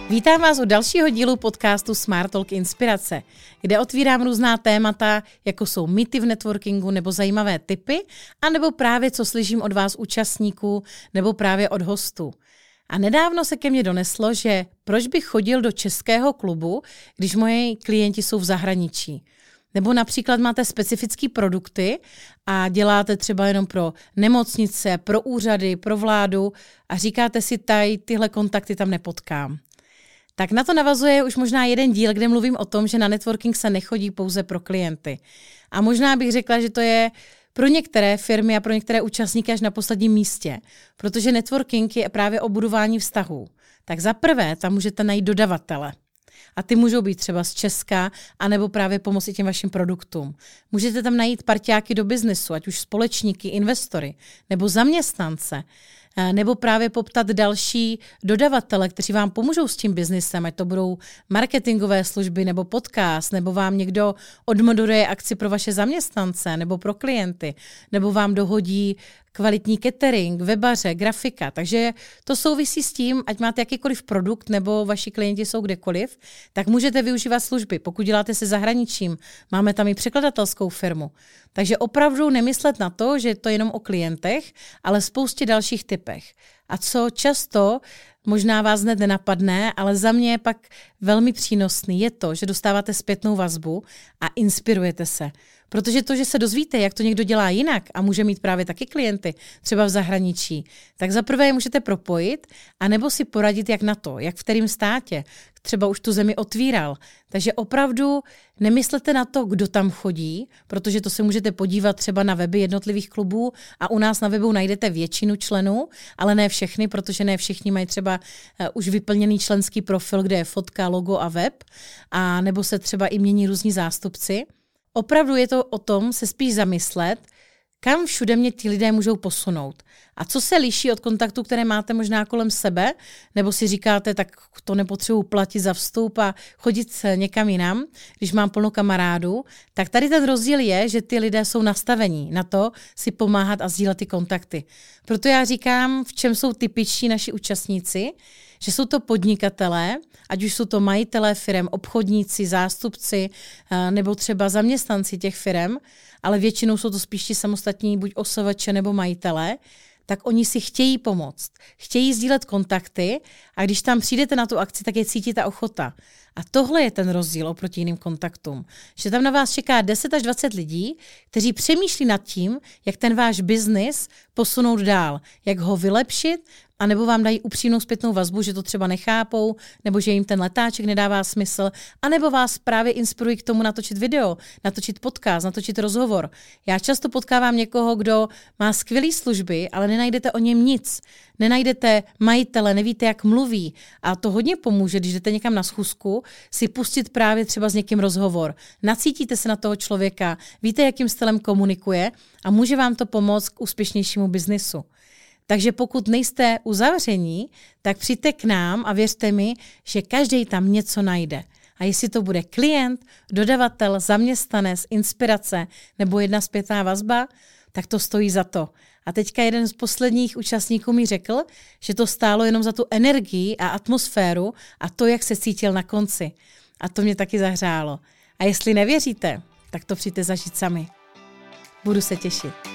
Vítám vás u dalšího dílu podcastu Smart Talk Inspirace, kde otvírám různá témata, jako jsou mýty v networkingu nebo zajímavé tipy, anebo právě co slyším od vás účastníků nebo právě od hostů. A nedávno se ke mně doneslo, že proč bych chodil do českého klubu, když moji klienti jsou v zahraničí. Nebo například máte specifické produkty a děláte třeba jenom pro nemocnice, pro úřady, pro vládu a říkáte si, tyhle kontakty tam nepotkám. Tak na to navazuje už možná jeden díl, kde mluvím o tom, že na networking se nechodí pouze pro klienty. A možná bych řekla, že to je pro některé firmy a pro některé účastníky až na posledním místě, protože networking je právě o budování vztahů. Tak za prvé tam můžete najít dodavatele. A ty můžou být třeba z Česka, anebo právě pomoci těm vašim produktům. Můžete tam najít parťáky do biznesu, ať už společníky, investory, nebo zaměstnance, nebo právě poptat další dodavatele, kteří vám pomůžou s tím biznesem, ať to budou marketingové služby, nebo podcast, nebo vám někdo odmoderuje akci pro vaše zaměstnance, nebo pro klienty, nebo vám dohodí kvalitní catering, webaře, grafika. Takže to souvisí s tím, ať máte jakýkoliv produkt nebo vaši klienti jsou kdekoliv, tak můžete využívat služby. Pokud děláte se zahraničím, máme tam i překladatelskou firmu. Takže opravdu nemyslet na to, že je to jenom o klientech, ale spoustě dalších typech. A co často možná vás hned nenapadne, ale za mě je pak velmi přínosný, je to, že dostáváte zpětnou vazbu a inspirujete se. Protože to, že se dozvíte, jak to někdo dělá jinak a může mít právě taky klienty, třeba v zahraničí, tak zaprvé je můžete propojit a nebo si poradit, jak na to, jak v kterém státě, třeba už tu zemi otvíral. Takže opravdu nemyslete na to, kdo tam chodí, protože to se můžete podívat třeba na weby jednotlivých klubů a u nás na webu najdete většinu členů, ale ne všechny, protože ne všichni mají třeba už vyplněný členský profil, kde je fotka, logo a web, a nebo se třeba i mění různí zástupci. Opravdu je to o tom se spíš zamyslet, kam všude mě ti lidé můžou posunout. A co se liší od kontaktů, které máte možná kolem sebe, nebo si říkáte, tak to nepotřebuji platit za vstup a chodit někam jinam, když mám plno kamarádů, tak tady ten rozdíl je, že ty lidé jsou nastavení na to si pomáhat a sdílet ty kontakty. Proto já říkám, v čem jsou typičtí naši účastníci, že jsou to podnikatelé, ať už jsou to majitelé firem, obchodníci, zástupci nebo třeba zaměstnanci těch firem, ale většinou jsou to spíš ti samostatní buď OSVČ nebo majitelé, tak oni si chtějí pomoct, chtějí sdílet kontakty a když tam přijdete na tu akci, tak je cítí ta ochota. A tohle je ten rozdíl oproti jiným kontaktům. Že tam na vás čeká 10 až 20 lidí, kteří přemýšlí nad tím, jak ten váš biznis posunout dál, jak ho vylepšit, anebo vám dají upřímnou zpětnou vazbu, že to třeba nechápou, nebo že jim ten letáček nedává smysl, anebo vás právě inspirují k tomu natočit video, natočit podcast, natočit rozhovor. Já často potkávám někoho, kdo má skvělé služby, ale nenajdete o něm nic. Nenajdete majitele, nevíte, jak mluví. A to hodně pomůže, když jdete někam na schůzku, si pustit právě třeba s někým rozhovor. Nacítíte se na toho člověka, víte, jakým stylem komunikuje a může vám to pomoct k úspěšnějšímu biznisu. Takže pokud nejste uzavření, tak přijďte k nám a věřte mi, že každý tam něco najde. A jestli to bude klient, dodavatel, zaměstnanec, inspirace nebo jedna zpětná vazba, tak to stojí za to. A teďka jeden z posledních účastníků mi řekl, že to stálo jenom za tu energii a atmosféru a to, jak se cítil na konci. A to mě taky zahřálo. A jestli nevěříte, tak to přijďte zažít sami. Budu se těšit.